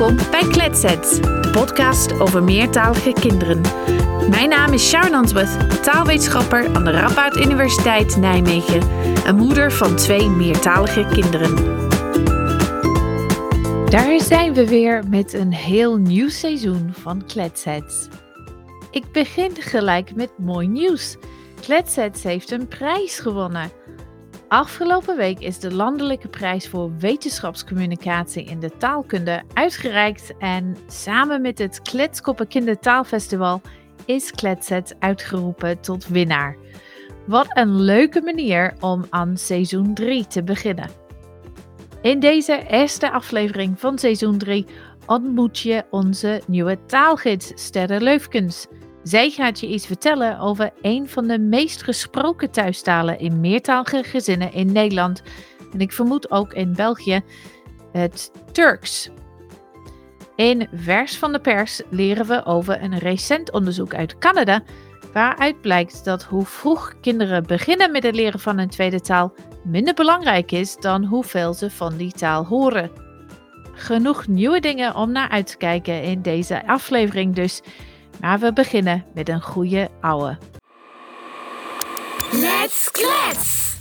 Welkom bij Kletsets, de podcast over meertalige kinderen. Mijn naam is Sharon Answorth, taalwetenschapper aan de Radboud Universiteit Nijmegen en moeder van 2 meertalige kinderen. Daar zijn we weer met een heel nieuw seizoen van Kletsets. Ik begin gelijk met mooi nieuws. Kletsets heeft een prijs gewonnen. Afgelopen week is de landelijke prijs voor wetenschapscommunicatie in de taalkunde uitgereikt en samen met het Kletskoppen Kindertaalfestival is Kletsets uitgeroepen tot winnaar. Wat een leuke manier om aan seizoen 3 te beginnen. In deze eerste aflevering van seizoen 3 ontmoet je onze nieuwe taalgids Sterre Leufkens. Zij gaat je iets vertellen over een van de meest gesproken thuistalen in meertalige gezinnen in Nederland. En ik vermoed ook in België, het Turks. In Vers van de Pers leren we over een recent onderzoek uit Canada, waaruit blijkt dat hoe vroeg kinderen beginnen met het leren van een tweede taal minder belangrijk is dan hoeveel ze van die taal horen. Genoeg nieuwe dingen om naar uit te kijken in deze aflevering dus. Maar we beginnen met een goede ouwe. Let's Klets!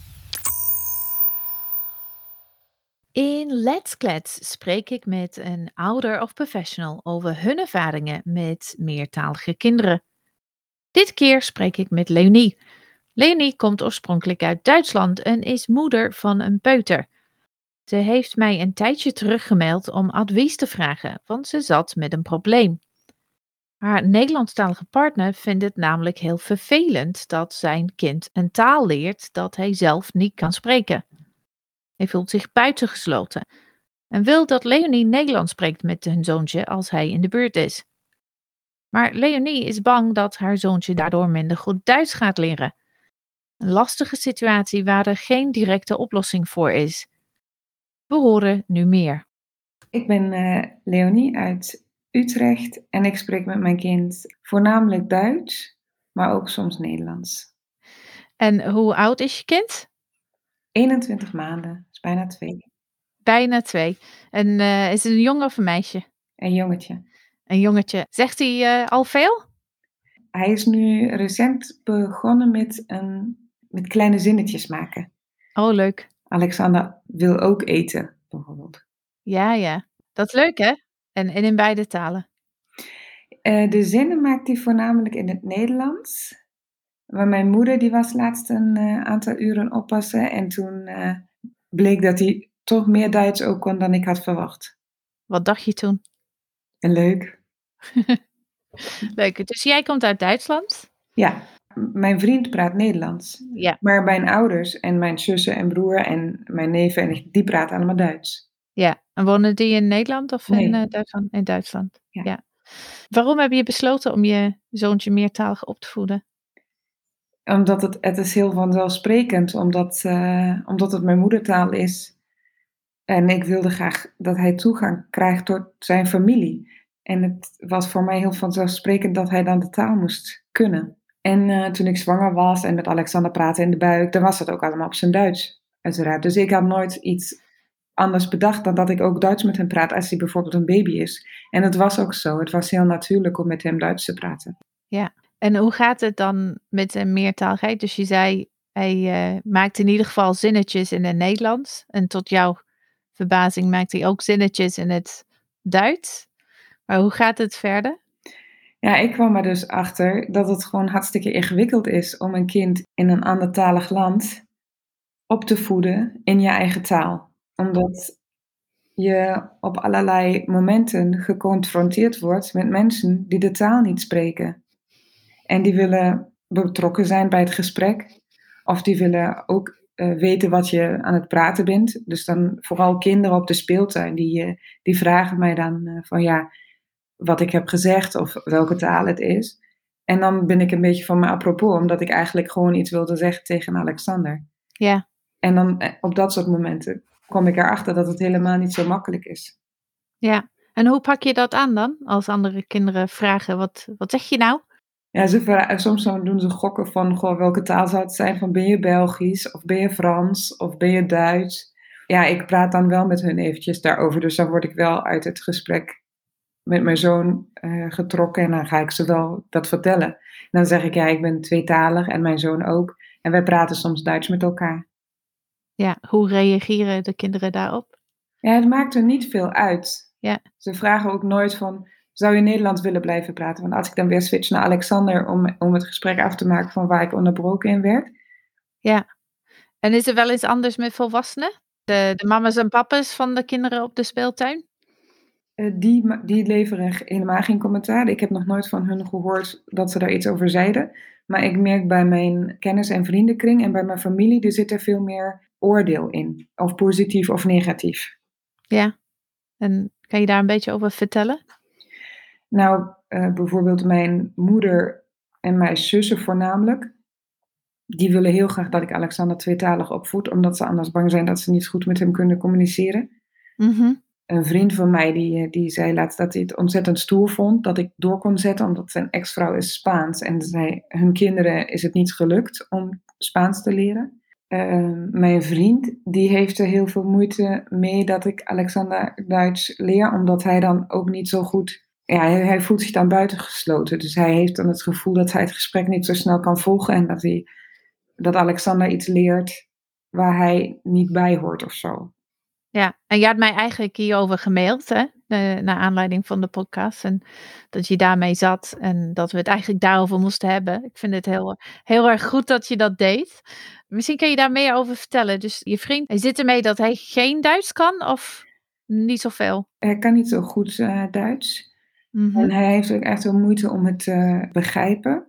In Let's Klets spreek ik met een ouder of professional over hun ervaringen met meertalige kinderen. Dit keer spreek ik met Leonie. Leonie komt oorspronkelijk uit Duitsland en is moeder van een peuter. Ze heeft mij een tijdje teruggemaild om advies te vragen, want ze zat met een probleem. Haar Nederlandstalige partner vindt het namelijk heel vervelend dat zijn kind een taal leert dat hij zelf niet kan spreken. Hij voelt zich buitengesloten en wil dat Leonie Nederlands spreekt met hun zoontje als hij in de buurt is. Maar Leonie is bang dat haar zoontje daardoor minder goed Duits gaat leren. Een lastige situatie waar er geen directe oplossing voor is. We horen nu meer. Ik ben Leonie uit Utrecht en ik spreek met mijn kind voornamelijk Duits, maar ook soms Nederlands. En hoe oud is je kind? 21 maanden, is bijna 2. Bijna 2. En is het een jongen of een meisje? Een jongetje. Een jongetje. Zegt hij al veel? Hij is nu recent begonnen met kleine zinnetjes maken. Oh, leuk. Alexander wil ook eten, bijvoorbeeld. Ja. Dat is leuk, hè? En in beide talen. De zinnen maakt hij voornamelijk in het Nederlands. Maar mijn moeder die was laatst een aantal uren oppassen en toen bleek dat hij toch meer Duits ook kon dan ik had verwacht. Wat dacht je toen? En leuk. Leuk. Dus jij komt uit Duitsland? Ja, mijn vriend praat Nederlands. Ja. Maar mijn ouders en mijn zussen en broer en mijn neven en nicht, die praten allemaal Duits. Ja. En wonen die in Nederland of Nee. in Duitsland? In Duitsland. Ja. Waarom heb je besloten om je zoontje meertalig op te voeden? Omdat het is heel vanzelfsprekend, omdat het mijn moedertaal is. En ik wilde graag dat hij toegang krijgt tot zijn familie. En het was voor mij heel vanzelfsprekend dat hij dan de taal moest kunnen. En toen ik zwanger was en met Alexander praatte in de buik, dan was het ook allemaal op zijn Duits, uiteraard. Dus ik had nooit iets anders bedacht dan dat ik ook Duits met hem praat als hij bijvoorbeeld een baby is. En het was ook zo. Het was heel natuurlijk om met hem Duits te praten. Ja. En hoe gaat het dan met een meertaligheid? Dus je zei, hij maakt in ieder geval zinnetjes in het Nederlands. En tot jouw verbazing maakt hij ook zinnetjes in het Duits. Maar hoe gaat het verder? Ja, ik kwam er dus achter dat het gewoon hartstikke ingewikkeld is om een kind in een andertalig land op te voeden in je eigen taal. Omdat je op allerlei momenten geconfronteerd wordt met mensen die de taal niet spreken. En die willen betrokken zijn bij het gesprek. Of die willen ook weten wat je aan het praten bent. Dus dan vooral kinderen op de speeltuin. Die vragen mij dan van ja, wat ik heb gezegd of welke taal het is. En dan ben ik een beetje van me apropos. Omdat ik eigenlijk gewoon iets wilde zeggen tegen Alexander. Ja. En dan op dat soort momenten kom ik erachter dat het helemaal niet zo makkelijk is. Ja. En hoe pak je dat aan dan? Als andere kinderen vragen, wat zeg je nou? Ja, soms dan doen ze gokken van, goh, welke taal zou het zijn? Van ben je Belgisch? Of ben je Frans? Of ben je Duits? Ja, ik praat dan wel met hun eventjes daarover. Dus dan word ik wel uit het gesprek met mijn zoon getrokken. En dan ga ik ze wel dat vertellen. En dan zeg ik, ja, ik ben tweetalig en mijn zoon ook. En wij praten soms Duits met elkaar. Ja, hoe reageren de kinderen daarop? Ja, het maakt er niet veel uit. Ja, Ze vragen ook nooit van, zou je Nederlands willen blijven praten? Want als ik dan weer switch naar Alexander om het gesprek af te maken van waar ik onderbroken in werd. ja. En is er wel eens anders met volwassenen? De mama's en papa's van de kinderen op de speeltuin? Die leveren helemaal geen commentaar. Ik heb nog nooit van hun gehoord dat ze daar iets over zeiden. Maar ik merk bij mijn kennis- en vriendenkring en bij mijn familie, er zit er veel meer oordeel in. Of positief of negatief. Ja. En kan je daar een beetje over vertellen? Nou, bijvoorbeeld mijn moeder en mijn zussen voornamelijk. Die willen heel graag dat ik Alexander tweetalig opvoed, omdat ze anders bang zijn dat ze niet goed met hem kunnen communiceren. Mhm. Een vriend van mij die zei laatst dat hij het ontzettend stoer vond dat ik door kon zetten, omdat zijn ex-vrouw is Spaans en hun kinderen is het niet gelukt om Spaans te leren. Mijn vriend die heeft er heel veel moeite mee dat ik Alexander Duits leer, omdat hij dan ook niet zo goed. Ja, hij voelt zich dan buitengesloten. Dus hij heeft dan het gevoel dat hij het gesprek niet zo snel kan volgen en dat Alexander iets leert waar hij niet bij hoort of zo. Ja, en je had mij eigenlijk hierover gemaild, hè, naar aanleiding van de podcast. En dat je daarmee zat en dat we het eigenlijk daarover moesten hebben. Ik vind het heel, heel erg goed dat je dat deed. Misschien kun je daar meer over vertellen. Dus je vriend, hij zit ermee dat hij geen Duits kan of niet zoveel? Hij kan niet zo goed Duits. Mhm. En hij heeft ook echt wel moeite om het te begrijpen.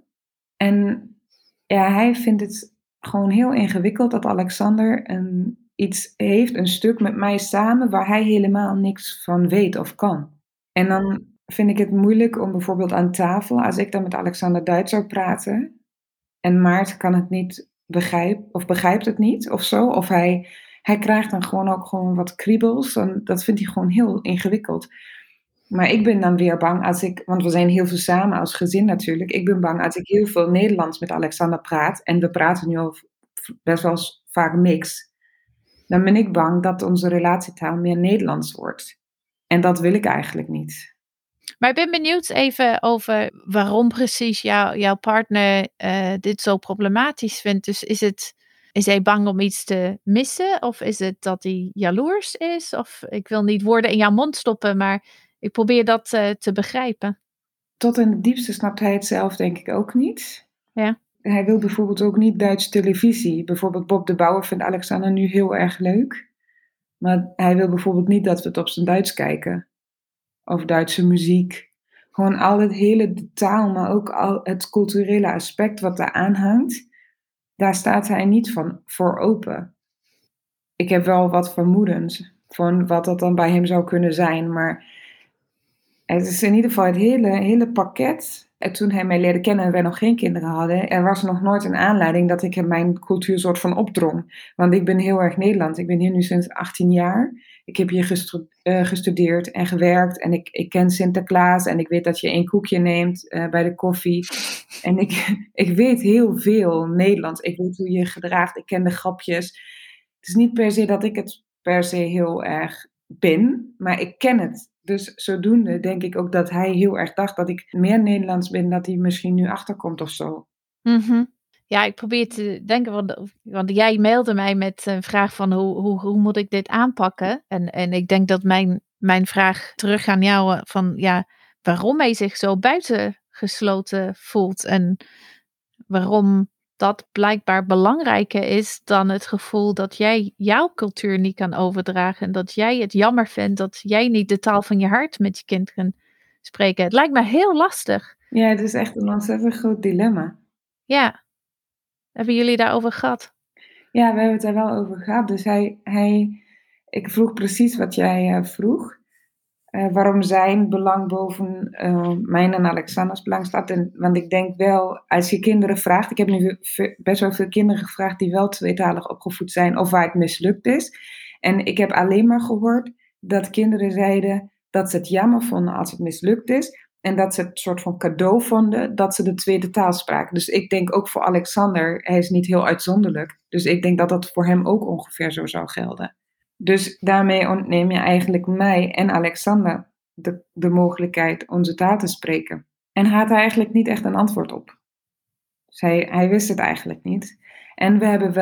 En ja, hij vindt het gewoon heel ingewikkeld dat Alexander iets heeft, een stuk met mij samen, waar hij helemaal niks van weet of kan. En dan vind ik het moeilijk om bijvoorbeeld aan tafel, als ik dan met Alexander Duits zou praten, en Maarten kan het niet begrijpen, of begrijpt het niet of zo, of hij krijgt dan gewoon wat kriebels, en dat vindt hij gewoon heel ingewikkeld. Maar ik ben dan weer bang want we zijn heel veel samen als gezin natuurlijk. Ik ben bang als ik heel veel Nederlands met Alexander praat, en we praten nu al best wel vaak mix, dan ben ik bang dat onze relatietaal meer Nederlands wordt. En dat wil ik eigenlijk niet. Maar ik ben benieuwd even over waarom precies jouw partner dit zo problematisch vindt. Dus is hij bang om iets te missen? Of is het dat hij jaloers is? Of ik wil niet woorden in jouw mond stoppen, maar ik probeer dat te begrijpen. Tot in het diepste snapt hij het zelf denk ik ook niet. Ja. Hij wil bijvoorbeeld ook niet Duitse televisie. Bijvoorbeeld Bob de Bouwer vindt Alexander nu heel erg leuk. Maar hij wil bijvoorbeeld niet dat we het op zijn Duits kijken. Of Duitse muziek. Gewoon al het hele de taal, maar ook al het culturele aspect wat daar aanhangt. Daar staat hij niet voor open. Ik heb wel wat vermoedens van wat dat dan bij hem zou kunnen zijn. Maar het is in ieder geval het hele pakket. En toen hij mij leerde kennen en wij nog geen kinderen hadden, er was nog nooit een aanleiding dat ik hem mijn cultuur soort van opdrong. Want ik ben heel erg Nederlands. Ik ben hier nu sinds 18 jaar. Ik heb hier gestudeerd en gewerkt. En ik ken Sinterklaas. En ik weet dat je één koekje neemt bij de koffie. En ik weet heel veel Nederlands. Ik weet hoe je je gedraagt. Ik ken de grapjes. Het is niet per se dat ik het per se heel erg ben, maar ik ken het. Dus zodoende denk ik ook dat hij heel erg dacht dat ik meer Nederlands ben, dat hij misschien nu achterkomt of zo. Mhm. Ja, ik probeer te denken, want jij mailde mij met een vraag van hoe moet ik dit aanpakken? En ik denk dat mijn vraag terug aan jou van ja, waarom hij zich zo buitengesloten voelt en waarom dat blijkbaar belangrijker is dan het gevoel dat jij jouw cultuur niet kan overdragen en dat jij het jammer vindt dat jij niet de taal van je hart met je kind kan spreken. Het lijkt me heel lastig. Ja, het is echt een ontzettend groot dilemma. Ja, hebben jullie daarover gehad? Ja, we hebben het er wel over gehad. Dus ik vroeg precies wat jij vroeg. Waarom zijn belang boven mijn en Alexanders belang staat. Want ik denk wel, als je kinderen vraagt, ik heb nu best wel veel kinderen gevraagd die wel tweetalig opgevoed zijn of waar het mislukt is. En ik heb alleen maar gehoord dat kinderen zeiden dat ze het jammer vonden als het mislukt is. En dat ze het soort van cadeau vonden dat ze de tweede taal spraken. Dus ik denk ook voor Alexander, hij is niet heel uitzonderlijk. Dus ik denk dat dat voor hem ook ongeveer zo zou gelden. Dus daarmee ontneem je eigenlijk mij en Alexander de mogelijkheid onze taal te spreken. En hij had er eigenlijk niet echt een antwoord op. Dus hij wist het eigenlijk niet. En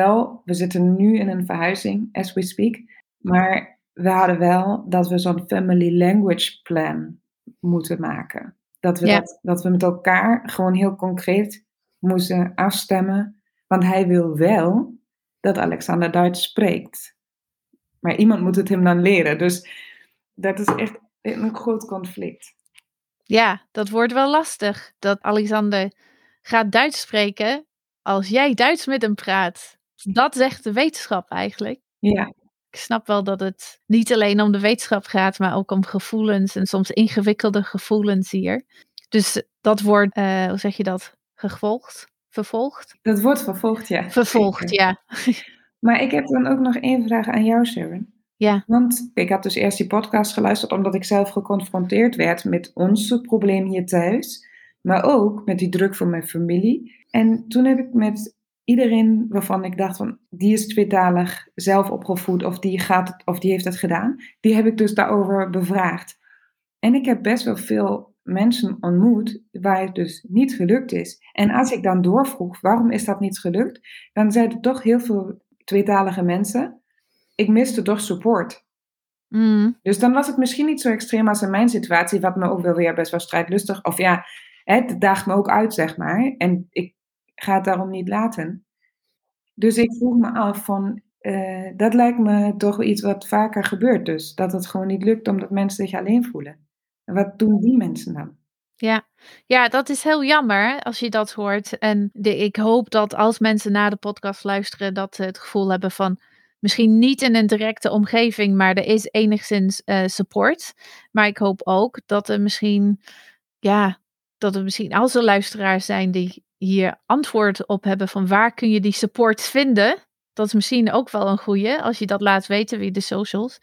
we zitten nu in een verhuizing, as we speak. Maar we hadden wel dat we zo'n family language plan moeten maken. Ja, Dat we met elkaar gewoon heel concreet moesten afstemmen. Want hij wil wel dat Alexander Duits spreekt. Maar iemand moet het hem dan leren. Dus dat is echt een groot conflict. ja, dat wordt wel lastig. Dat Alexander gaat Duits spreken als jij Duits met hem praat. Dat zegt de wetenschap eigenlijk. Ja, Ik snap wel dat het niet alleen om de wetenschap gaat, maar ook om gevoelens en soms ingewikkelde gevoelens hier. Dus dat wordt, hoe zeg je dat? Gevolgd? Vervolgd? dat wordt vervolgd, ja, Vervolgd, zeker. ja. Maar ik heb dan ook nog één vraag aan jou, Sharon. Ja, Want ik had dus eerst die podcast geluisterd omdat ik zelf geconfronteerd werd met onze probleem hier thuis, maar ook met die druk van mijn familie. En toen heb ik met iedereen waarvan ik dacht van die is tweetalig, zelf opgevoed of die heeft het gedaan, die heb ik dus daarover bevraagd. En ik heb best wel veel mensen ontmoet waar het dus niet gelukt is. En als ik dan doorvroeg waarom is dat niet gelukt, dan zeiden toch heel veel tweetalige mensen ik miste toch support. mm, Dus dan was het misschien niet zo extreem als in mijn situatie, wat me ook wel weer best wel strijdlustig, of ja, het daagt me ook uit, zeg maar. En ik ga het daarom niet laten. Dus ik vroeg me af van, dat lijkt me toch iets wat vaker gebeurt dus. Dat het gewoon niet lukt omdat mensen zich alleen voelen. En wat doen die mensen dan? ja. Ja, dat is heel jammer als je dat hoort. En ik hoop dat als mensen naar de podcast luisteren, dat ze het gevoel hebben van misschien niet in een directe omgeving, maar er is enigszins support. Maar ik hoop ook dat er misschien, ja, dat er misschien als er luisteraars zijn die hier antwoord op hebben van waar kun je die support vinden. Dat is misschien ook wel een goeie, als je dat laat weten via de socials.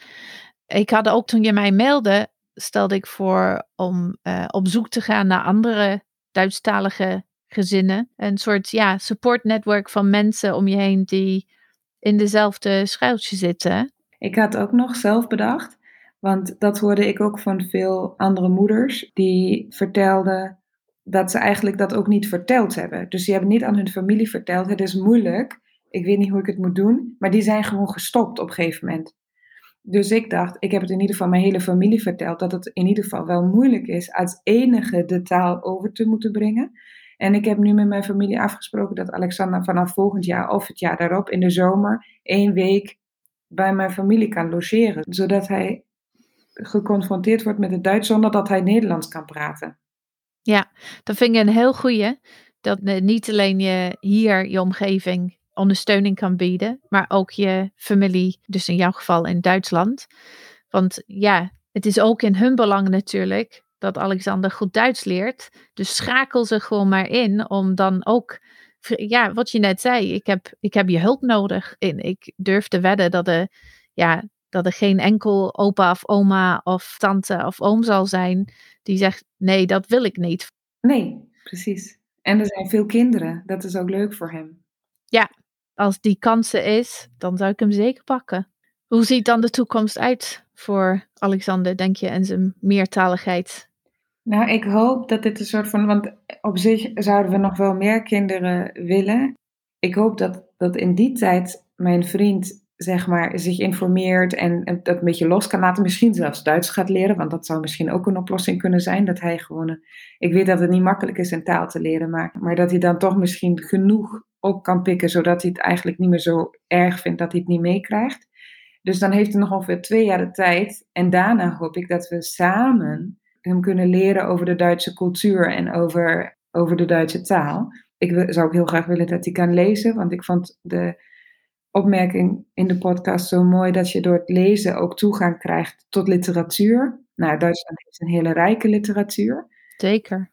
Ik had ook toen je mij mailde, stelde ik voor om op zoek te gaan naar andere Duitsstalige gezinnen. Een soort ja, support network van mensen om je heen die in dezelfde schuiltje zitten. Ik had ook nog zelf bedacht, want dat hoorde ik ook van veel andere moeders, die vertelden dat ze eigenlijk dat ook niet verteld hebben. Dus die hebben niet aan hun familie verteld, het is moeilijk, ik weet niet hoe ik het moet doen, maar die zijn gewoon gestopt op een gegeven moment. Dus ik dacht, ik heb het in ieder geval mijn hele familie verteld, dat het in ieder geval wel moeilijk is als enige de taal over te moeten brengen. En ik heb nu met mijn familie afgesproken dat Alexander vanaf volgend jaar of het jaar daarop in de zomer 1 week bij mijn familie kan logeren, zodat hij geconfronteerd wordt met het Duits zonder dat hij Nederlands kan praten. Ja, dat vind ik een heel goeie. Dat niet alleen je hier, je omgeving, ondersteuning kan bieden, maar ook je familie, dus in jouw geval in Duitsland. Want ja, het is ook in hun belang natuurlijk dat Alexander goed Duits leert. Dus schakel ze gewoon maar in om dan ook, ja, wat je net zei, ik heb je hulp nodig. En ik durf te wedden dat er geen enkel opa of oma of tante of oom zal zijn die zegt, nee, dat wil ik niet. Nee, precies. En er zijn veel kinderen, dat is ook leuk voor hem. Ja, als die kans er is, dan zou ik hem zeker pakken. Hoe ziet dan de toekomst uit voor Alexander, denk je, en zijn meertaligheid? Nou, ik hoop dat dit een soort van, want op zich zouden we nog wel meer kinderen willen. Ik hoop dat in die tijd mijn vriend, zeg maar, zich informeert en dat een beetje los kan laten. Misschien zelfs Duits gaat leren, want dat zou misschien ook een oplossing kunnen zijn. Dat hij gewoon, ik weet dat het niet makkelijk is een taal te leren, maar dat hij dan toch misschien genoeg op kan pikken, zodat hij het eigenlijk niet meer zo erg vindt dat hij het niet meekrijgt. Dus dan heeft hij nog ongeveer 2 jaar de tijd. En daarna hoop ik dat we samen hem kunnen leren over de Duitse cultuur en over de Duitse taal. Zou ook heel graag willen dat hij kan lezen, want ik vond de opmerking in de podcast zo mooi dat je door het lezen ook toegang krijgt tot literatuur. Nou, Duitsland heeft een hele rijke literatuur. Zeker.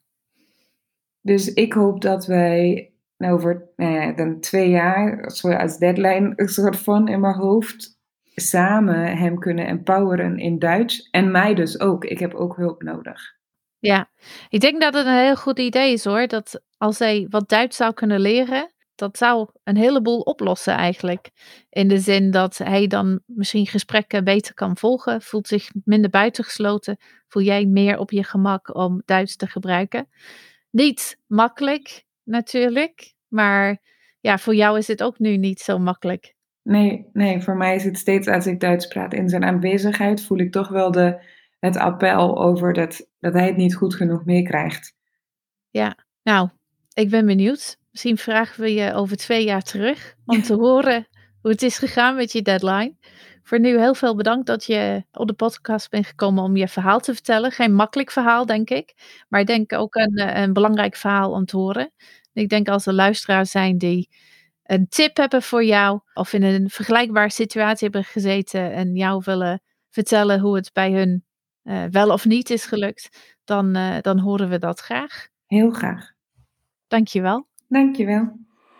Dus ik hoop dat wij over dan 2 jaar, zo als deadline, een soort van in mijn hoofd, samen hem kunnen empoweren in Duits. En mij dus ook. Ik heb ook hulp nodig. Ja, ik denk dat het een heel goed idee is hoor. Dat als hij wat Duits zou kunnen leren, Dat zou een heleboel oplossen eigenlijk. In de zin dat hij dan misschien gesprekken beter kan volgen, voelt zich minder buitengesloten, voel jij meer op je gemak om Duits te gebruiken. Niet makkelijk natuurlijk, maar ja, voor jou is het ook nu niet zo makkelijk. Nee, voor mij is het steeds als ik Duits praat in zijn aanwezigheid, voel ik toch wel het appel over dat hij het niet goed genoeg meekrijgt. Ja, nou, ik ben benieuwd. Misschien vragen we je over 2 jaar terug om te horen hoe het is gegaan met je deadline. Voor nu heel veel bedankt dat je op de podcast bent gekomen om je verhaal te vertellen. Geen makkelijk verhaal, denk ik, maar ik denk ook een belangrijk verhaal om te horen. Ik denk als er luisteraars zijn die een tip hebben voor jou of in een vergelijkbare situatie hebben gezeten en jou willen vertellen hoe het bij hun wel of niet is gelukt, dan horen we dat graag. Heel graag. Dank je wel. Dank je wel.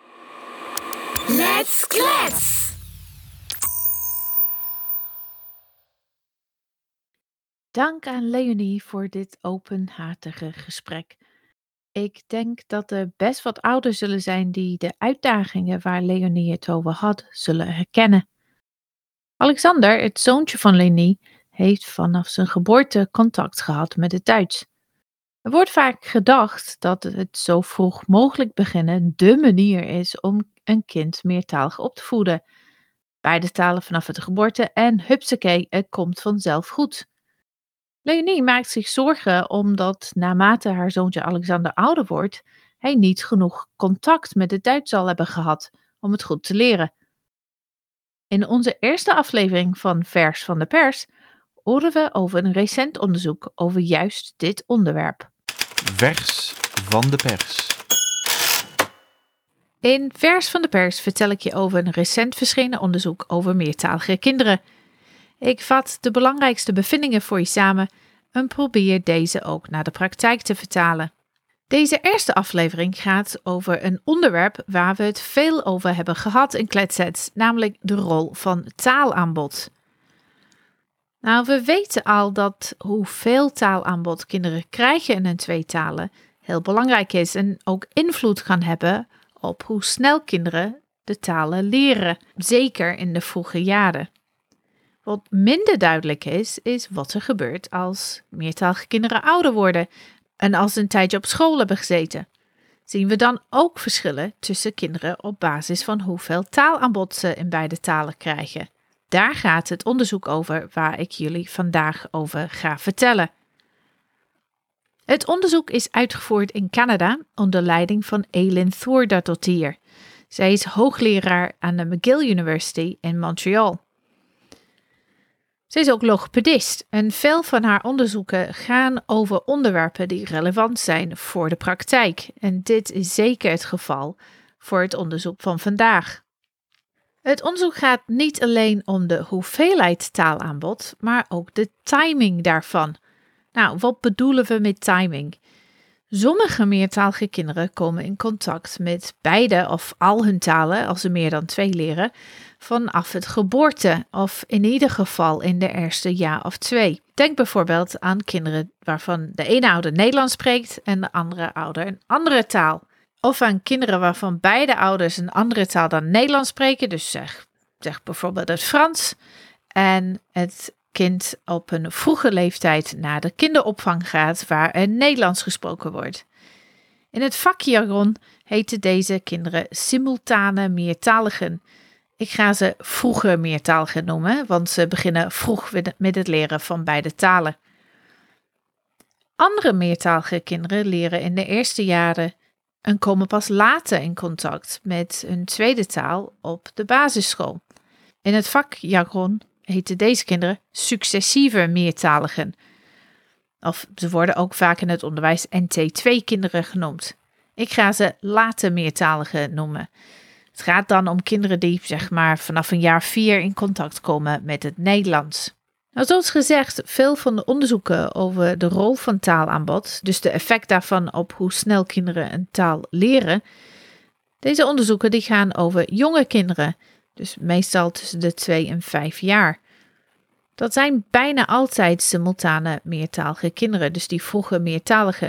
Let's klets! Dank aan Leonie voor dit openhartige gesprek. Ik denk dat er best wat ouders zullen zijn die de uitdagingen waar Leonie het over had, zullen herkennen. Alexander, het zoontje van Leonie, heeft vanaf zijn geboorte contact gehad met het Duits. Er wordt vaak gedacht dat het zo vroeg mogelijk beginnen dé manier is om een kind meertalig op te voeden. Beide talen vanaf de geboorte en hupsakee, het komt vanzelf goed. Leonie maakt zich zorgen omdat naarmate haar zoontje Alexander ouder wordt, hij niet genoeg contact met het Duits zal hebben gehad om het goed te leren. In onze eerste aflevering van Vers van de Pers horen we over een recent onderzoek over juist dit onderwerp. Vers van de pers. In Vers van de Pers vertel ik je over een recent verschenen onderzoek over meertalige kinderen. Ik vat de belangrijkste bevindingen voor je samen en probeer deze ook naar de praktijk te vertalen. Deze eerste aflevering gaat over een onderwerp waar we het veel over hebben gehad in Kletsets, namelijk de rol van taalaanbod. Nou, we weten al dat hoeveel taalaanbod kinderen krijgen in hun twee talen heel belangrijk is en ook invloed kan hebben op hoe snel kinderen de talen leren, zeker in de vroege jaren. Wat minder duidelijk is wat er gebeurt als meertalige kinderen ouder worden en als ze een tijdje op school hebben gezeten. Zien we dan ook verschillen tussen kinderen op basis van hoeveel taalaanbod ze in beide talen krijgen? Daar gaat het onderzoek over waar ik jullie vandaag over ga vertellen. Het onderzoek is uitgevoerd in Canada onder leiding van Eileen Thordartottir. Zij is hoogleraar aan de McGill University in Montreal. Ze is ook logopedist en veel van haar onderzoeken gaan over onderwerpen die relevant zijn voor de praktijk. En dit is zeker het geval voor het onderzoek van vandaag. Het onderzoek gaat niet alleen om de hoeveelheid taalaanbod, maar ook de timing daarvan. Nou, wat bedoelen we met timing? Sommige meertalige kinderen komen in contact met beide of al hun talen, als ze meer dan 2 leren, vanaf het geboorte of in ieder geval in de eerste jaar of 2. Denk bijvoorbeeld aan kinderen waarvan de ene ouder Nederlands spreekt en de andere ouder een andere taal. Of aan kinderen waarvan beide ouders een andere taal dan Nederlands spreken, dus zeg bijvoorbeeld het Frans, en het kind op een vroege leeftijd naar de kinderopvang gaat waar er Nederlands gesproken wordt. In het vakjargon heten deze kinderen simultane meertaligen. Ik ga ze vroege meertaligen noemen, want ze beginnen vroeg met het leren van beide talen. Andere meertalige kinderen leren in de eerste jaren en komen pas later in contact met hun tweede taal op de basisschool. In het vakjargon heten deze kinderen successieve meertaligen. Of ze worden ook vaak in het onderwijs NT2-kinderen genoemd. Ik ga ze late meertaligen noemen. Het gaat dan om kinderen die vanaf een jaar 4 in contact komen met het Nederlands. Nou, zoals gezegd, veel van de onderzoeken over de rol van taalaanbod, dus de effect daarvan op hoe snel kinderen een taal leren, deze onderzoeken die gaan over jonge kinderen, dus meestal tussen de 2 en 5 jaar. Dat zijn bijna altijd simultane meertalige kinderen, dus die vroege meertaligen.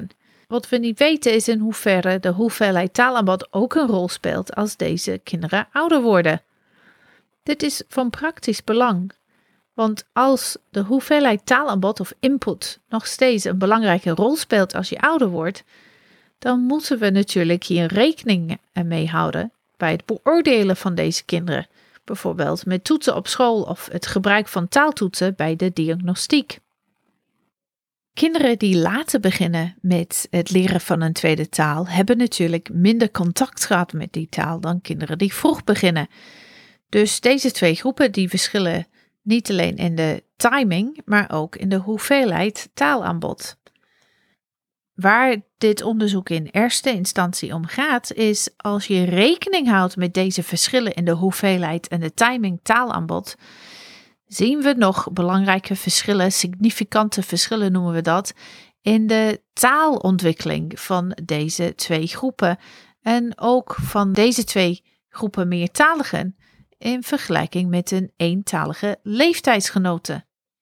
Wat we niet weten is in hoeverre de hoeveelheid taalaanbod ook een rol speelt als deze kinderen ouder worden. Dit is van praktisch belang, want als de hoeveelheid taalaanbod of input nog steeds een belangrijke rol speelt als je ouder wordt, dan moeten we natuurlijk hier rekening mee houden bij het beoordelen van deze kinderen, bijvoorbeeld met toetsen op school of het gebruik van taaltoetsen bij de diagnostiek. Kinderen die later beginnen met het leren van een tweede taal hebben natuurlijk minder contact gehad met die taal dan kinderen die vroeg beginnen. Dus deze twee groepen die verschillen niet alleen in de timing, maar ook in de hoeveelheid taalaanbod. Waar dit onderzoek in eerste instantie om gaat, is als je rekening houdt met deze verschillen in de hoeveelheid en de timing taalaanbod, zien we nog belangrijke verschillen, significante verschillen noemen we dat, in de taalontwikkeling van deze twee groepen en ook van deze twee groepen meertaligen in vergelijking met een eentalige leeftijdsgenoten.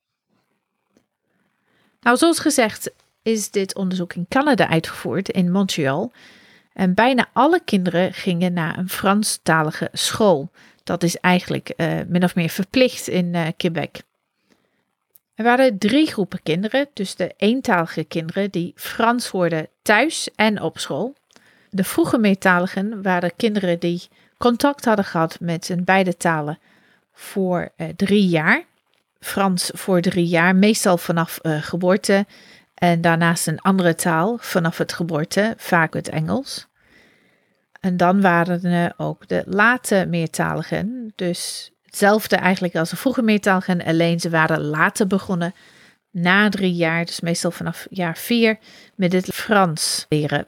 Nou, zoals gezegd is dit onderzoek in Canada uitgevoerd, in Montreal. En bijna alle kinderen gingen naar een Franstalige school. Dat is eigenlijk min of meer verplicht in Quebec. Er waren 3 groepen kinderen, dus de eentalige kinderen die Frans hoorden thuis en op school. De vroege meertaligen waren kinderen die contact hadden gehad met hun beide talen voor 3 jaar. Frans voor 3 jaar, meestal vanaf geboorte. En daarnaast een andere taal vanaf het geboorte, vaak het Engels. En dan waren er ook de late meertaligen, dus hetzelfde eigenlijk als de vroege meertaligen, alleen ze waren later begonnen, na 3 jaar, dus meestal vanaf jaar 4, met het Frans leren.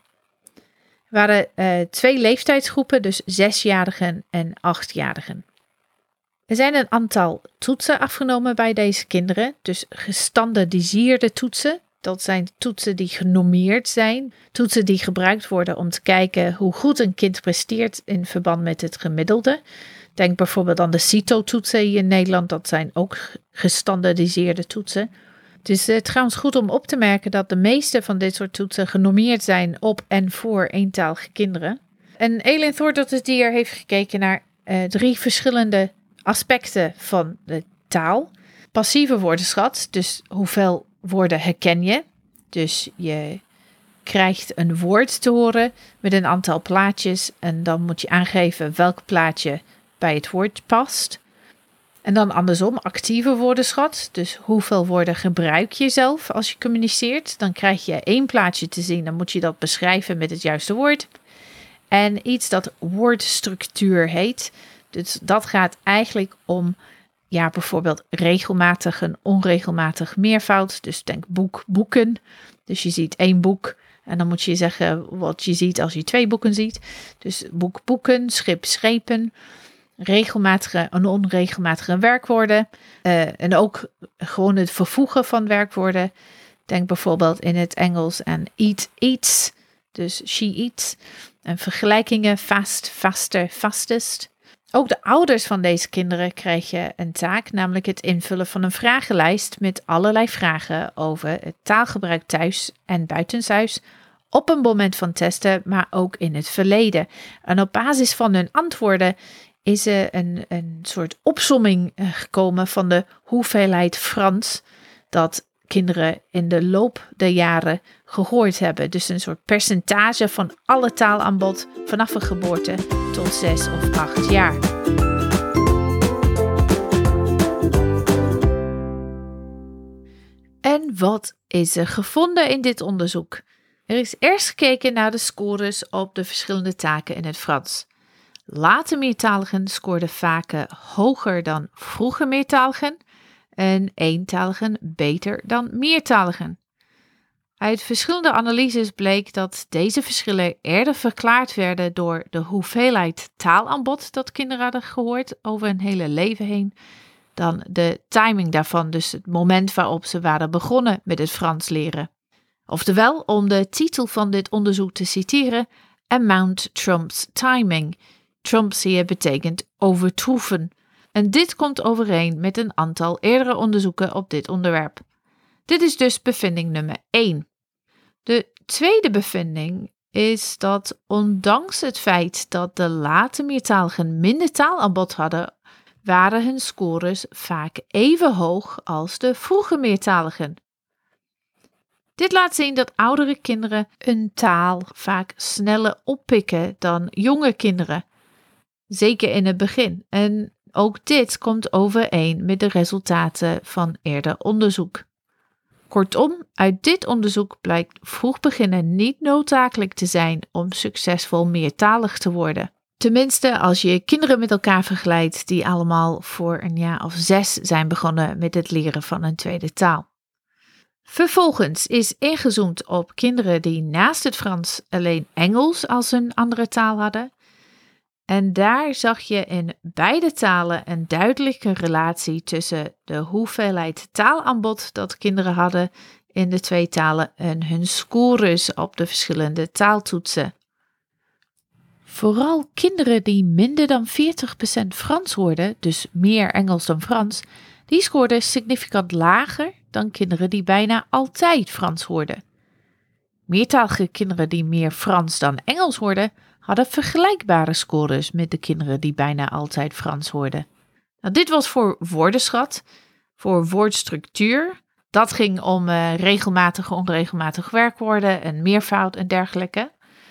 Er waren 2 leeftijdsgroepen, dus 6-jarigen en 8-jarigen. Er zijn een aantal toetsen afgenomen bij deze kinderen, dus gestandaardiseerde toetsen. Dat zijn toetsen die genormeerd zijn, toetsen die gebruikt worden om te kijken hoe goed een kind presteert in verband met het gemiddelde. Denk bijvoorbeeld aan de CITO-toetsen hier in Nederland, dat zijn ook gestandaardiseerde toetsen. Het is trouwens goed om op te merken dat de meeste van dit soort toetsen genormeerd zijn op en voor eentalige kinderen. En Eileen Thordottir heeft gekeken naar 3 verschillende aspecten van de taal. Passieve woordenschat, dus hoeveel woorden herken je. Dus je krijgt een woord te horen met een aantal plaatjes en dan moet je aangeven welk plaatje bij het woord past. En dan andersom, actieve woordenschat. Dus hoeveel woorden gebruik je zelf als je communiceert. Dan krijg je 1 plaatje te zien, dan moet je dat beschrijven met het juiste woord. En iets dat woordstructuur heet. Dus dat gaat eigenlijk om bijvoorbeeld regelmatig en onregelmatig meervoud. Dus denk boek, boeken. Dus je ziet 1 boek en dan moet je zeggen wat je ziet als je 2 boeken ziet. Dus boek, boeken, schip, schepen. Regelmatige en onregelmatige werkwoorden. En ook gewoon het vervoegen van werkwoorden. Denk bijvoorbeeld in het Engels aan eat, eats. Dus she eats. En vergelijkingen, fast, faster, fastest. Ook de ouders van deze kinderen kregen een taak, namelijk het invullen van een vragenlijst met allerlei vragen over het taalgebruik thuis en buitenshuis op een moment van testen, maar ook in het verleden. En op basis van hun antwoorden is er een soort opsomming gekomen van de hoeveelheid Frans dat kinderen in de loop der jaren gehoord hebben. Dus een soort percentage van alle taalaanbod vanaf een geboorte tot 6 of 8 jaar. En wat is er gevonden in dit onderzoek? Er is eerst gekeken naar de scores op de verschillende taken in het Frans. Late meertaligen scoorden vaker hoger dan vroege meertaligen en eentaligen beter dan meertaligen. Uit verschillende analyses bleek dat deze verschillen eerder verklaard werden door de hoeveelheid taalaanbod dat kinderen hadden gehoord over hun hele leven heen, dan de timing daarvan, dus het moment waarop ze waren begonnen met het Frans leren. Oftewel, om de titel van dit onderzoek te citeren, Amount trumps timing. Trumps hier betekent overtroeven. En dit komt overeen met een aantal eerdere onderzoeken op dit onderwerp. Dit is dus bevinding nummer 1. De tweede bevinding is dat ondanks het feit dat de late meertaligen minder taalaanbod hadden, waren hun scores vaak even hoog als de vroege meertaligen. Dit laat zien dat oudere kinderen een taal vaak sneller oppikken dan jonge kinderen, zeker in het begin. En ook dit komt overeen met de resultaten van eerder onderzoek. Kortom, uit dit onderzoek blijkt vroeg beginnen niet noodzakelijk te zijn om succesvol meertalig te worden. Tenminste, als je kinderen met elkaar vergelijkt die allemaal voor een jaar of 6 zijn begonnen met het leren van een tweede taal. Vervolgens is ingezoomd op kinderen die naast het Frans alleen Engels als een andere taal hadden. En daar zag je in beide talen een duidelijke relatie tussen de hoeveelheid taalaanbod dat kinderen hadden in de twee talen en hun scores op de verschillende taaltoetsen. Vooral kinderen die minder dan 40% Frans hoorden, dus meer Engels dan Frans, die scoorden significant lager dan kinderen die bijna altijd Frans hoorden. Meertalige kinderen die meer Frans dan Engels hoorden, hadden vergelijkbare scores met de kinderen die bijna altijd Frans hoorden. Nou, dit was voor woordenschat, voor woordstructuur. Dat ging om regelmatige, onregelmatige werkwoorden en meervoud en dergelijke.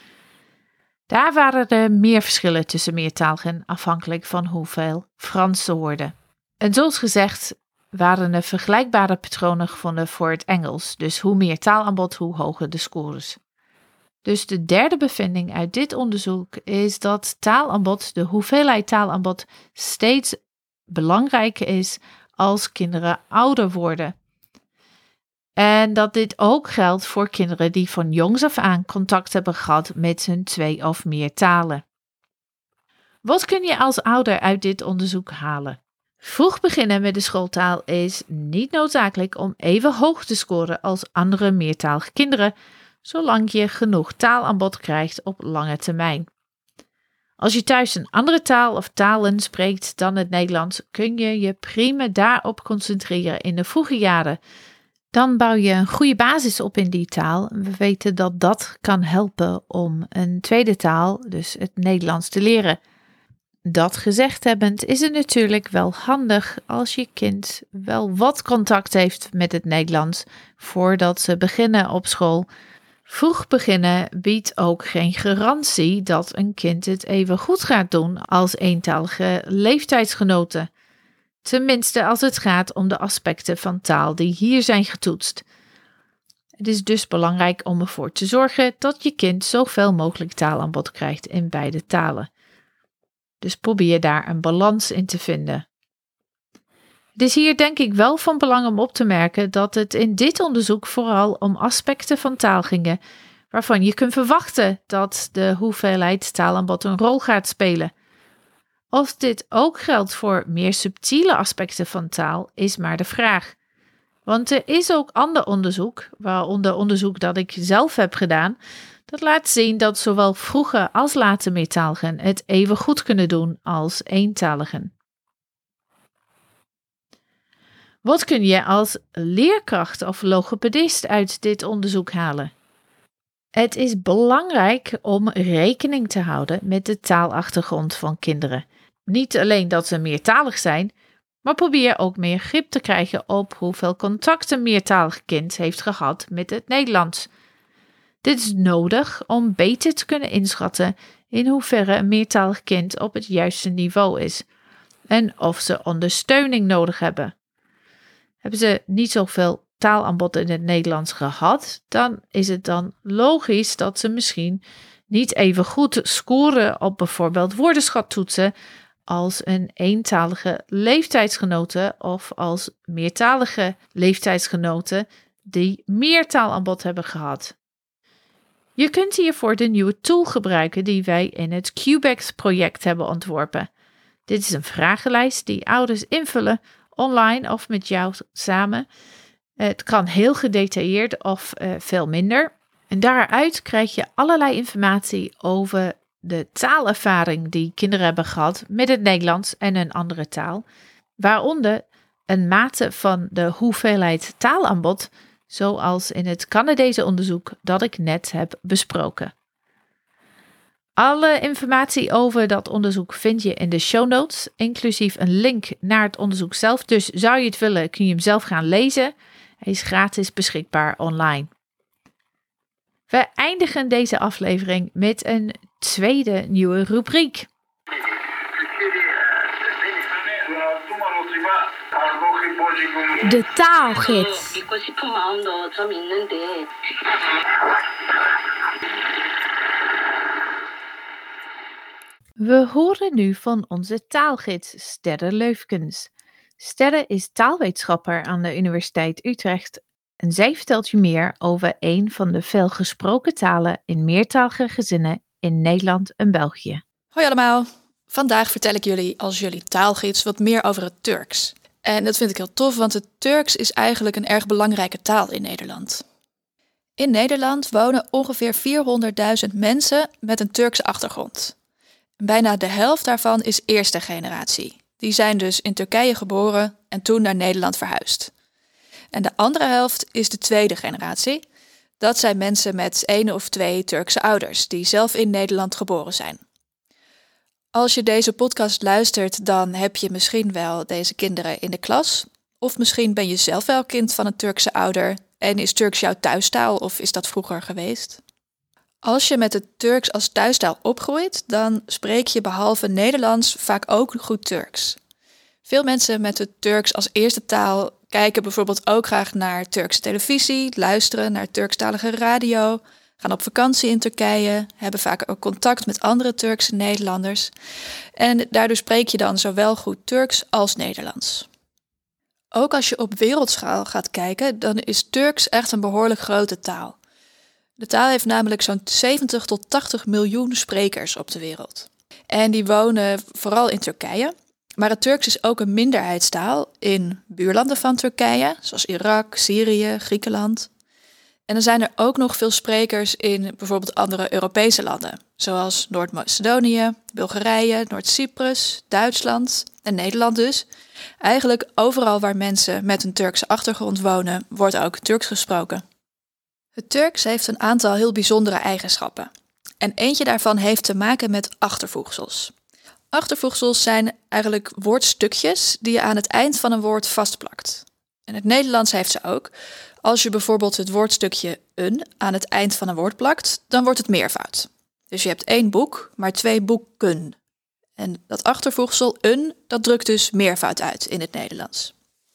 Daar waren er meer verschillen tussen meertaligen afhankelijk van hoeveel Frans ze hoorden. En zoals gezegd waren er vergelijkbare patronen gevonden voor het Engels. Dus hoe meer taalaanbod, hoe hoger de scores. Dus de derde bevinding uit dit onderzoek is dat taalaanbod, de hoeveelheid taalaanbod, steeds belangrijker is als kinderen ouder worden. En dat dit ook geldt voor kinderen die van jongs af aan contact hebben gehad met hun 2 of meer talen. Wat kun je als ouder uit dit onderzoek halen? Vroeg beginnen met de schooltaal is niet noodzakelijk om even hoog te scoren als andere meertalige kinderen, zolang je genoeg taalaanbod krijgt op lange termijn. Als je thuis een andere taal of talen spreekt dan het Nederlands, kun je je prima daarop concentreren in de vroege jaren. Dan bouw je een goede basis op in die taal. We weten dat dat kan helpen om een tweede taal, dus het Nederlands, te leren. Dat gezegd hebbend is het natuurlijk wel handig als je kind wel wat contact heeft met het Nederlands voordat ze beginnen op school. Vroeg beginnen biedt ook geen garantie dat een kind het even goed gaat doen als eentalige leeftijdsgenoten. Tenminste als het gaat om de aspecten van taal die hier zijn getoetst. Het is dus belangrijk om ervoor te zorgen dat je kind zoveel mogelijk taalaanbod krijgt in beide talen. Dus probeer daar een balans in te vinden. Het is hier denk ik wel van belang om op te merken dat het in dit onderzoek vooral om aspecten van taal ging, waarvan je kunt verwachten dat de hoeveelheid taalaanbod een rol gaat spelen. Of dit ook geldt voor meer subtiele aspecten van taal, is maar de vraag. Want er is ook ander onderzoek, waaronder onderzoek dat ik zelf heb gedaan, dat laat zien dat zowel vroege als late meertaligen het even goed kunnen doen als eentaligen. Wat kun je als leerkracht of logopedist uit dit onderzoek halen? Het is belangrijk om rekening te houden met de taalachtergrond van kinderen. Niet alleen dat ze meertalig zijn, maar probeer ook meer grip te krijgen op hoeveel contact een meertalig kind heeft gehad met het Nederlands. Dit is nodig om beter te kunnen inschatten in hoeverre een meertalig kind op het juiste niveau is en of ze ondersteuning nodig hebben. Hebben ze niet zoveel taalaanbod in het Nederlands gehad, dan is het dan logisch dat ze misschien niet even goed scoren op bijvoorbeeld woordenschattoetsen als een eentalige leeftijdsgenote of als meertalige leeftijdsgenoten die meer taalaanbod hebben gehad. Je kunt hiervoor de nieuwe tool gebruiken die wij in het QBEX-project hebben ontworpen. Dit is een vragenlijst die ouders invullen, online of met jou samen. Het kan heel gedetailleerd of veel minder. En daaruit krijg je allerlei informatie over de taalervaring die kinderen hebben gehad met het Nederlands en een andere taal. Waaronder een mate van de hoeveelheid taalaanbod zoals in het Canadese onderzoek dat ik net heb besproken. Alle informatie over dat onderzoek vind je in de show notes, inclusief een link naar het onderzoek zelf. Dus zou je het willen, kun je hem zelf gaan lezen. Hij is gratis beschikbaar online. We eindigen deze aflevering met een tweede nieuwe rubriek. De taalgids. 믿고 싶은 마음도 좀 있는데 We horen nu van onze taalgids Sterre Leufkens. Sterre is taalwetenschapper aan de Universiteit Utrecht en zij vertelt je meer over een van de veel gesproken talen in meertalige gezinnen in Nederland en België. Hoi allemaal, vandaag vertel ik jullie als jullie taalgids wat meer over het Turks. En dat vind ik heel tof, want het Turks is eigenlijk een erg belangrijke taal in Nederland. In Nederland wonen ongeveer 400.000 mensen met een Turkse achtergrond. Bijna de helft daarvan is eerste generatie. Die zijn dus in Turkije geboren en toen naar Nederland verhuisd. En de andere helft is de tweede generatie. Dat zijn mensen met 1 of 2 Turkse ouders die zelf in Nederland geboren zijn. Als je deze podcast luistert, dan heb je misschien wel deze kinderen in de klas. Of misschien ben je zelf wel kind van een Turkse ouder en is Turks jouw thuistaal of is dat vroeger geweest? Als je met het Turks als thuistaal opgroeit, dan spreek je behalve Nederlands vaak ook goed Turks. Veel mensen met het Turks als eerste taal kijken bijvoorbeeld ook graag naar Turkse televisie, luisteren naar Turkstalige radio, gaan op vakantie in Turkije, hebben vaak ook contact met andere Turkse Nederlanders. En daardoor spreek je dan zowel goed Turks als Nederlands. Ook als je op wereldschaal gaat kijken, dan is Turks echt een behoorlijk grote taal. De taal heeft namelijk zo'n 70 tot 80 miljoen sprekers op de wereld. En die wonen vooral in Turkije. Maar het Turks is ook een minderheidstaal in buurlanden van Turkije, zoals Irak, Syrië, Griekenland. En dan zijn er ook nog veel sprekers in bijvoorbeeld andere Europese landen, zoals Noord-Macedonië, Bulgarije, Noord-Cyprus, Duitsland en Nederland dus. Eigenlijk overal waar mensen met een Turkse achtergrond wonen, wordt ook Turks gesproken. Het Turks heeft een aantal heel bijzondere eigenschappen. En eentje daarvan heeft te maken met achtervoegsels. Achtervoegsels zijn eigenlijk woordstukjes die je aan het eind van een woord vastplakt. En het Nederlands heeft ze ook. Als je bijvoorbeeld het woordstukje een aan het eind van een woord plakt, dan wordt het meervoud. Dus je hebt 1 boek, maar 2 boeken. En dat achtervoegsel een, dat drukt dus meervoud uit in het Nederlands.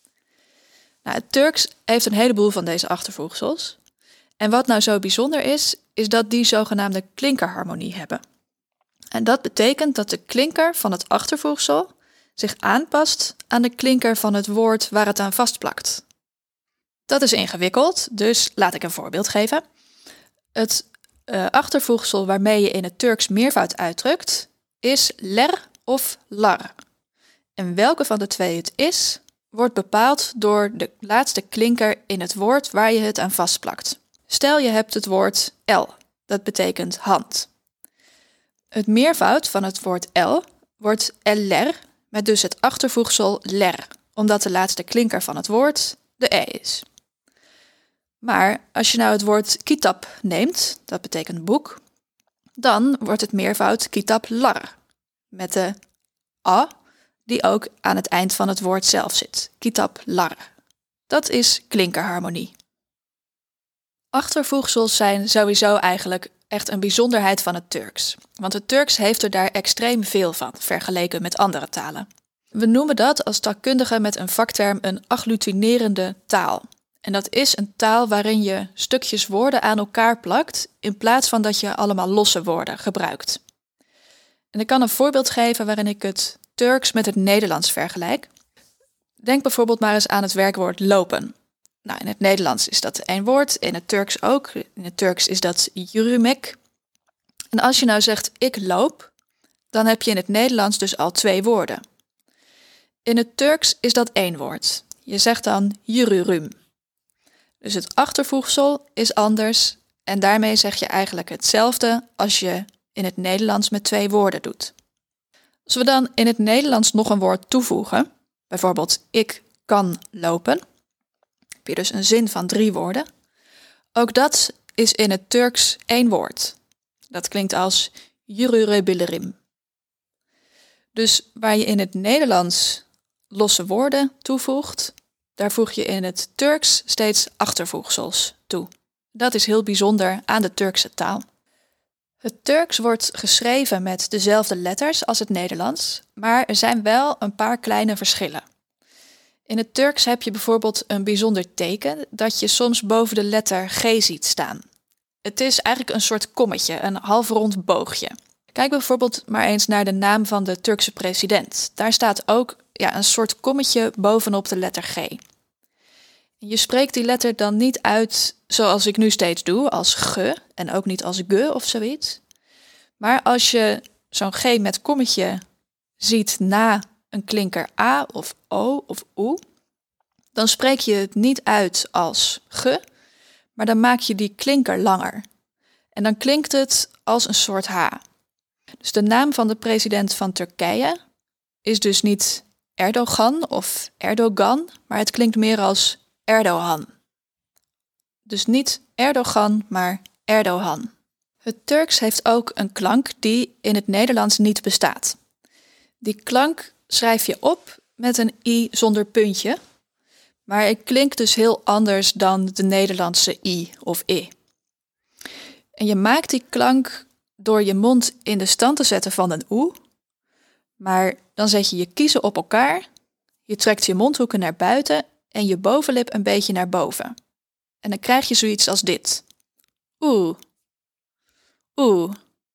Nou, het Turks heeft een heleboel van deze achtervoegsels. En wat nou zo bijzonder is, is dat die zogenaamde klinkerharmonie hebben. En dat betekent dat de klinker van het achtervoegsel zich aanpast aan de klinker van het woord waar het aan vastplakt. Dat is ingewikkeld, dus laat ik een voorbeeld geven. Het achtervoegsel waarmee je in het Turks meervoud uitdrukt is ler of lar. En welke van de twee het is, wordt bepaald door de laatste klinker in het woord waar je het aan vastplakt. Stel je hebt het woord el, dat betekent hand. Het meervoud van het woord el wordt eller, met dus het achtervoegsel ler, omdat de laatste klinker van het woord de e is. Maar als je nou het woord kitab neemt, dat betekent boek, dan wordt het meervoud kitab lar, met de a, die ook aan het eind van het woord zelf zit. Kitab lar. Dat is klinkerharmonie. Achtervoegsels zijn sowieso eigenlijk echt een bijzonderheid van het Turks. Want het Turks heeft er daar extreem veel van, vergeleken met andere talen. We noemen dat als taalkundigen met een vakterm een agglutinerende taal. En dat is een taal waarin je stukjes woorden aan elkaar plakt, in plaats van dat je allemaal losse woorden gebruikt. En ik kan een voorbeeld geven waarin ik het Turks met het Nederlands vergelijk. Denk bijvoorbeeld maar eens aan het werkwoord lopen. Nou, in het Nederlands is dat 1 woord, in het Turks ook. In het Turks is dat yürümek. En als je nou zegt ik loop, dan heb je in het Nederlands dus al 2 woorden. In het Turks is dat 1 woord. Je zegt dan yürürüm. Dus het achtervoegsel is anders en daarmee zeg je eigenlijk hetzelfde als je in het Nederlands met 2 woorden doet. Als we dan in het Nederlands nog een woord toevoegen, bijvoorbeeld ik kan lopen, heb je dus een zin van 3 woorden. Ook dat is in het Turks 1 woord. Dat klinkt als yürüyebilirim. Dus waar je in het Nederlands losse woorden toevoegt, daar voeg je in het Turks steeds achtervoegsels toe. Dat is heel bijzonder aan de Turkse taal. Het Turks wordt geschreven met dezelfde letters als het Nederlands, maar er zijn wel een paar kleine verschillen. In het Turks heb je bijvoorbeeld een bijzonder teken dat je soms boven de letter G ziet staan. Het is eigenlijk een soort kommetje, een halfrond boogje. Kijk bijvoorbeeld maar eens naar de naam van de Turkse president. Daar staat ook een soort kommetje bovenop de letter G. Je spreekt die letter dan niet uit zoals ik nu steeds doe, als ge en ook niet als ge of zoiets. Maar als je zo'n G met kommetje ziet na een klinker A of O of U, dan spreek je het niet uit als ge, maar dan maak je die klinker langer. En dan klinkt het als een soort H. Dus de naam van de president van Turkije is dus niet Erdogan of Erdogan, maar het klinkt meer als Erdogan. Dus niet Erdogan, maar Erdogan. Het Turks heeft ook een klank die in het Nederlands niet bestaat. Die klank schrijf je op met een i zonder puntje, maar het klinkt dus heel anders dan de Nederlandse i of i. En je maakt die klank door je mond in de stand te zetten van een oe, maar dan zet je je kiezen op elkaar, je trekt je mondhoeken naar buiten en je bovenlip een beetje naar boven. En dan krijg je zoiets als dit. Oeh. Oeh.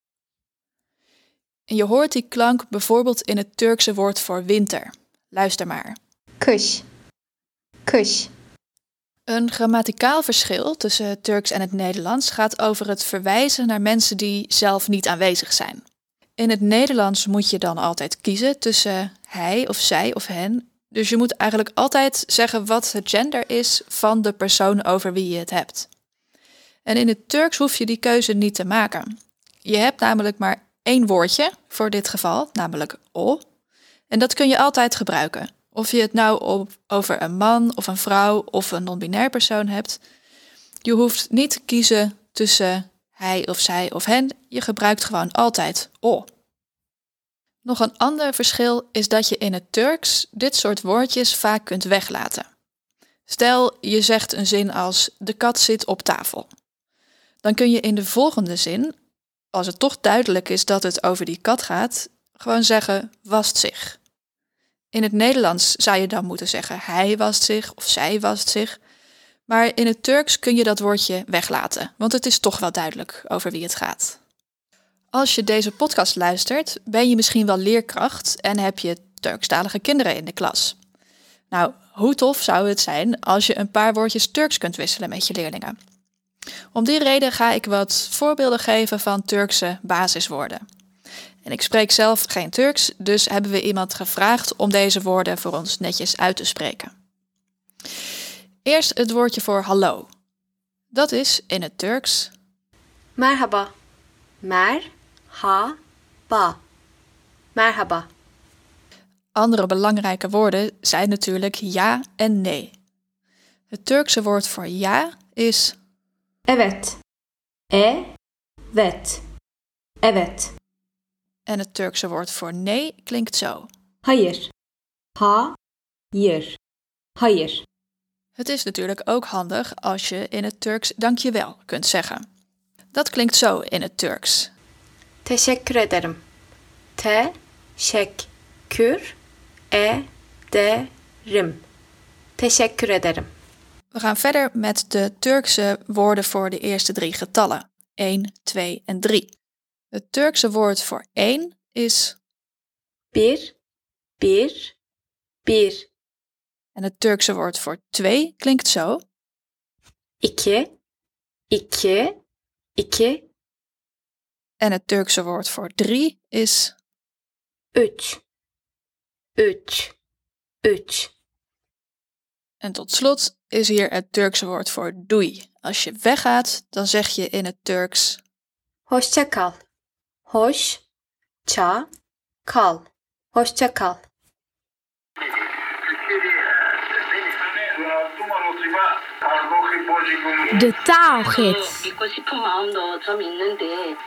En je hoort die klank bijvoorbeeld in het Turkse woord voor winter. Luister maar. Kış. Kış. Een grammaticaal verschil tussen het Turks en het Nederlands gaat over het verwijzen naar mensen die zelf niet aanwezig zijn. In het Nederlands moet je dan altijd kiezen tussen hij of zij of hen. Dus je moet eigenlijk altijd zeggen wat het gender is van de persoon over wie je het hebt. En in het Turks hoef je die keuze niet te maken. Je hebt namelijk maar 1 woordje voor dit geval, namelijk o. En dat kun je altijd gebruiken. Of je het nou over een man of een vrouw of een non-binair persoon hebt. Je hoeft niet te kiezen tussen hij of zij of hen. Je gebruikt gewoon altijd o. Nog een ander verschil is dat je in het Turks dit soort woordjes vaak kunt weglaten. Stel, je zegt een zin als de kat zit op tafel. Dan kun je in de volgende zin, als het toch duidelijk is dat het over die kat gaat, gewoon zeggen wast zich. In het Nederlands zou je dan moeten zeggen hij wast zich of zij wast zich. Maar in het Turks kun je dat woordje weglaten, want het is toch wel duidelijk over wie het gaat. Als je deze podcast luistert, ben je misschien wel leerkracht en heb je Turkstalige kinderen in de klas. Nou, hoe tof zou het zijn als je een paar woordjes Turks kunt wisselen met je leerlingen? Om die reden ga ik wat voorbeelden geven van Turkse basiswoorden. En ik spreek zelf geen Turks, dus hebben we iemand gevraagd om deze woorden voor ons netjes uit te spreken. Eerst het woordje voor hallo. Dat is in het Turks Merhaba. Merhaba. Merhaba. Andere belangrijke woorden zijn natuurlijk ja en nee. Het Turkse woord voor ja is Evet. Evet. Evet. en het Turkse woord voor nee klinkt zo. Hayır. Hayır. Hayır. Het is natuurlijk ook handig als je in het Turks dankjewel kunt zeggen. Dat klinkt zo in het Turks. Teşekkür ederim. Teşekkür ederim. Teşekkür ederim. We gaan verder met de Turkse woorden voor de eerste 3 getallen. 1, 2 en 3. Het Turkse woord voor 1 is Bir. en het Turkse woord voor 2 klinkt zo. İki. En het Turkse woord voor 3 is Üç. En tot slot is hier het Turkse woord voor doei. Als je weggaat, dan zeg je in het Turks Hoşça kal. Hoşça kal. Hoşça kal. De taalgids. 믿고 싶은 마음도 좀 있는데.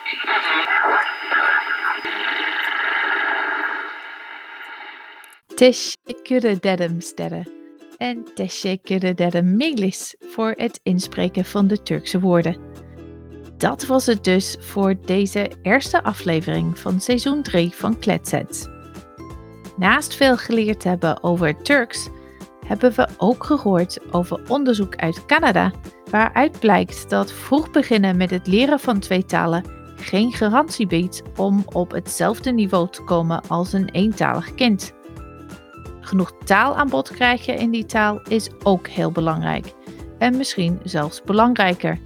Teşekkür ederim sterren. En teşekkür ederim Melis voor het inspreken van de Turkse woorden. Dat was het dus voor deze eerste aflevering van seizoen 3 van Kletsets. Naast veel geleerd te hebben over Turks, hebben we ook gehoord over onderzoek uit Canada, waaruit blijkt dat vroeg beginnen met het leren van twee talen geen garantie biedt om op hetzelfde niveau te komen als een eentalig kind. Genoeg taalaanbod krijgen in die taal is ook heel belangrijk en misschien zelfs belangrijker.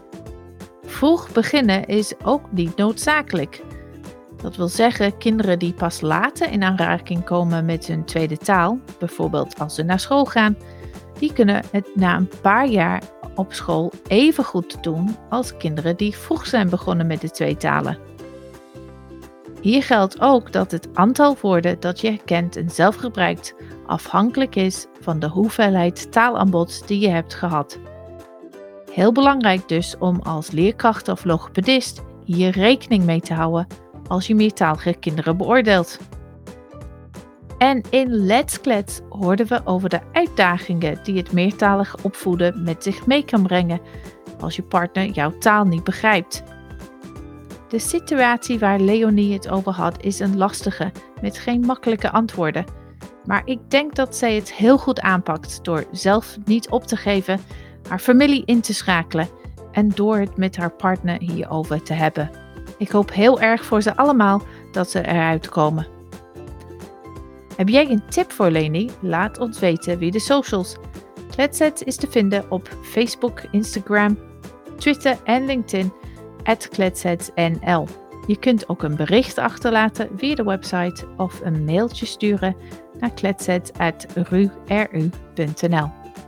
Vroeg beginnen is ook niet noodzakelijk. Dat wil zeggen, kinderen die pas later in aanraking komen met hun tweede taal, bijvoorbeeld als ze naar school gaan, die kunnen het na een paar jaar op school even goed doen als kinderen die vroeg zijn begonnen met de twee talen. Hier geldt ook dat het aantal woorden dat je herkent en zelf gebruikt afhankelijk is van de hoeveelheid taalaanbod die je hebt gehad. Heel belangrijk dus om als leerkracht of logopedist hier rekening mee te houden als je meertalige kinderen beoordeelt. En in Let's Klets hoorden we over de uitdagingen die het meertalig opvoeden met zich mee kan brengen als je partner jouw taal niet begrijpt. De situatie waar Leonie het over had is een lastige, met geen makkelijke antwoorden. Maar ik denk dat zij het heel goed aanpakt door zelf niet op te geven, haar familie in te schakelen en door het met haar partner hierover te hebben. Ik hoop heel erg voor ze allemaal dat ze eruit komen. Heb jij een tip voor Leni? Laat ons weten via de socials. Kletsets is te vinden op Facebook, Instagram, Twitter en LinkedIn @kletsetsnl. Je kunt ook een bericht achterlaten via de website of een mailtje sturen naar kletsets@ru.nl.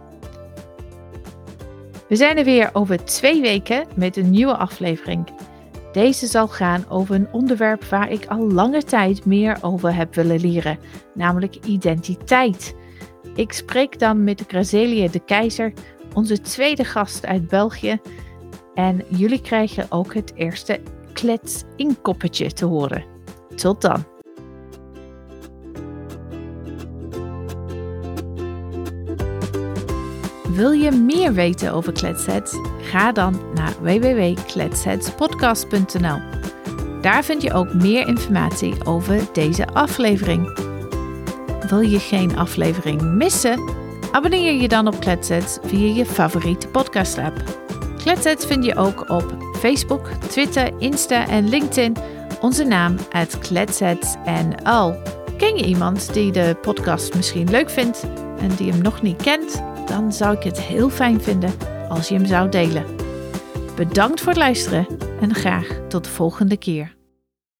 We zijn er weer over 2 weken met een nieuwe aflevering. Deze zal gaan over een onderwerp waar ik al lange tijd meer over heb willen leren, namelijk identiteit. Ik spreek dan met Grazelia de Keizer, onze tweede gast uit België. En jullie krijgen ook het eerste klets-inkoppertje te horen. Tot dan! Wil je meer weten over Kletsets? Ga dan naar www.kletsetspodcast.nl. Daar vind je ook meer informatie over deze aflevering. Wil je geen aflevering missen? Abonneer je dan op Kletsets via je favoriete podcast-app. Kletsets vind je ook op Facebook, Twitter, Insta en LinkedIn. Onze naam @kletsetsnl. Ken je iemand die de podcast misschien leuk vindt en die hem nog niet kent? Dan zou ik het heel fijn vinden als je hem zou delen. Bedankt voor het luisteren en graag tot de volgende keer.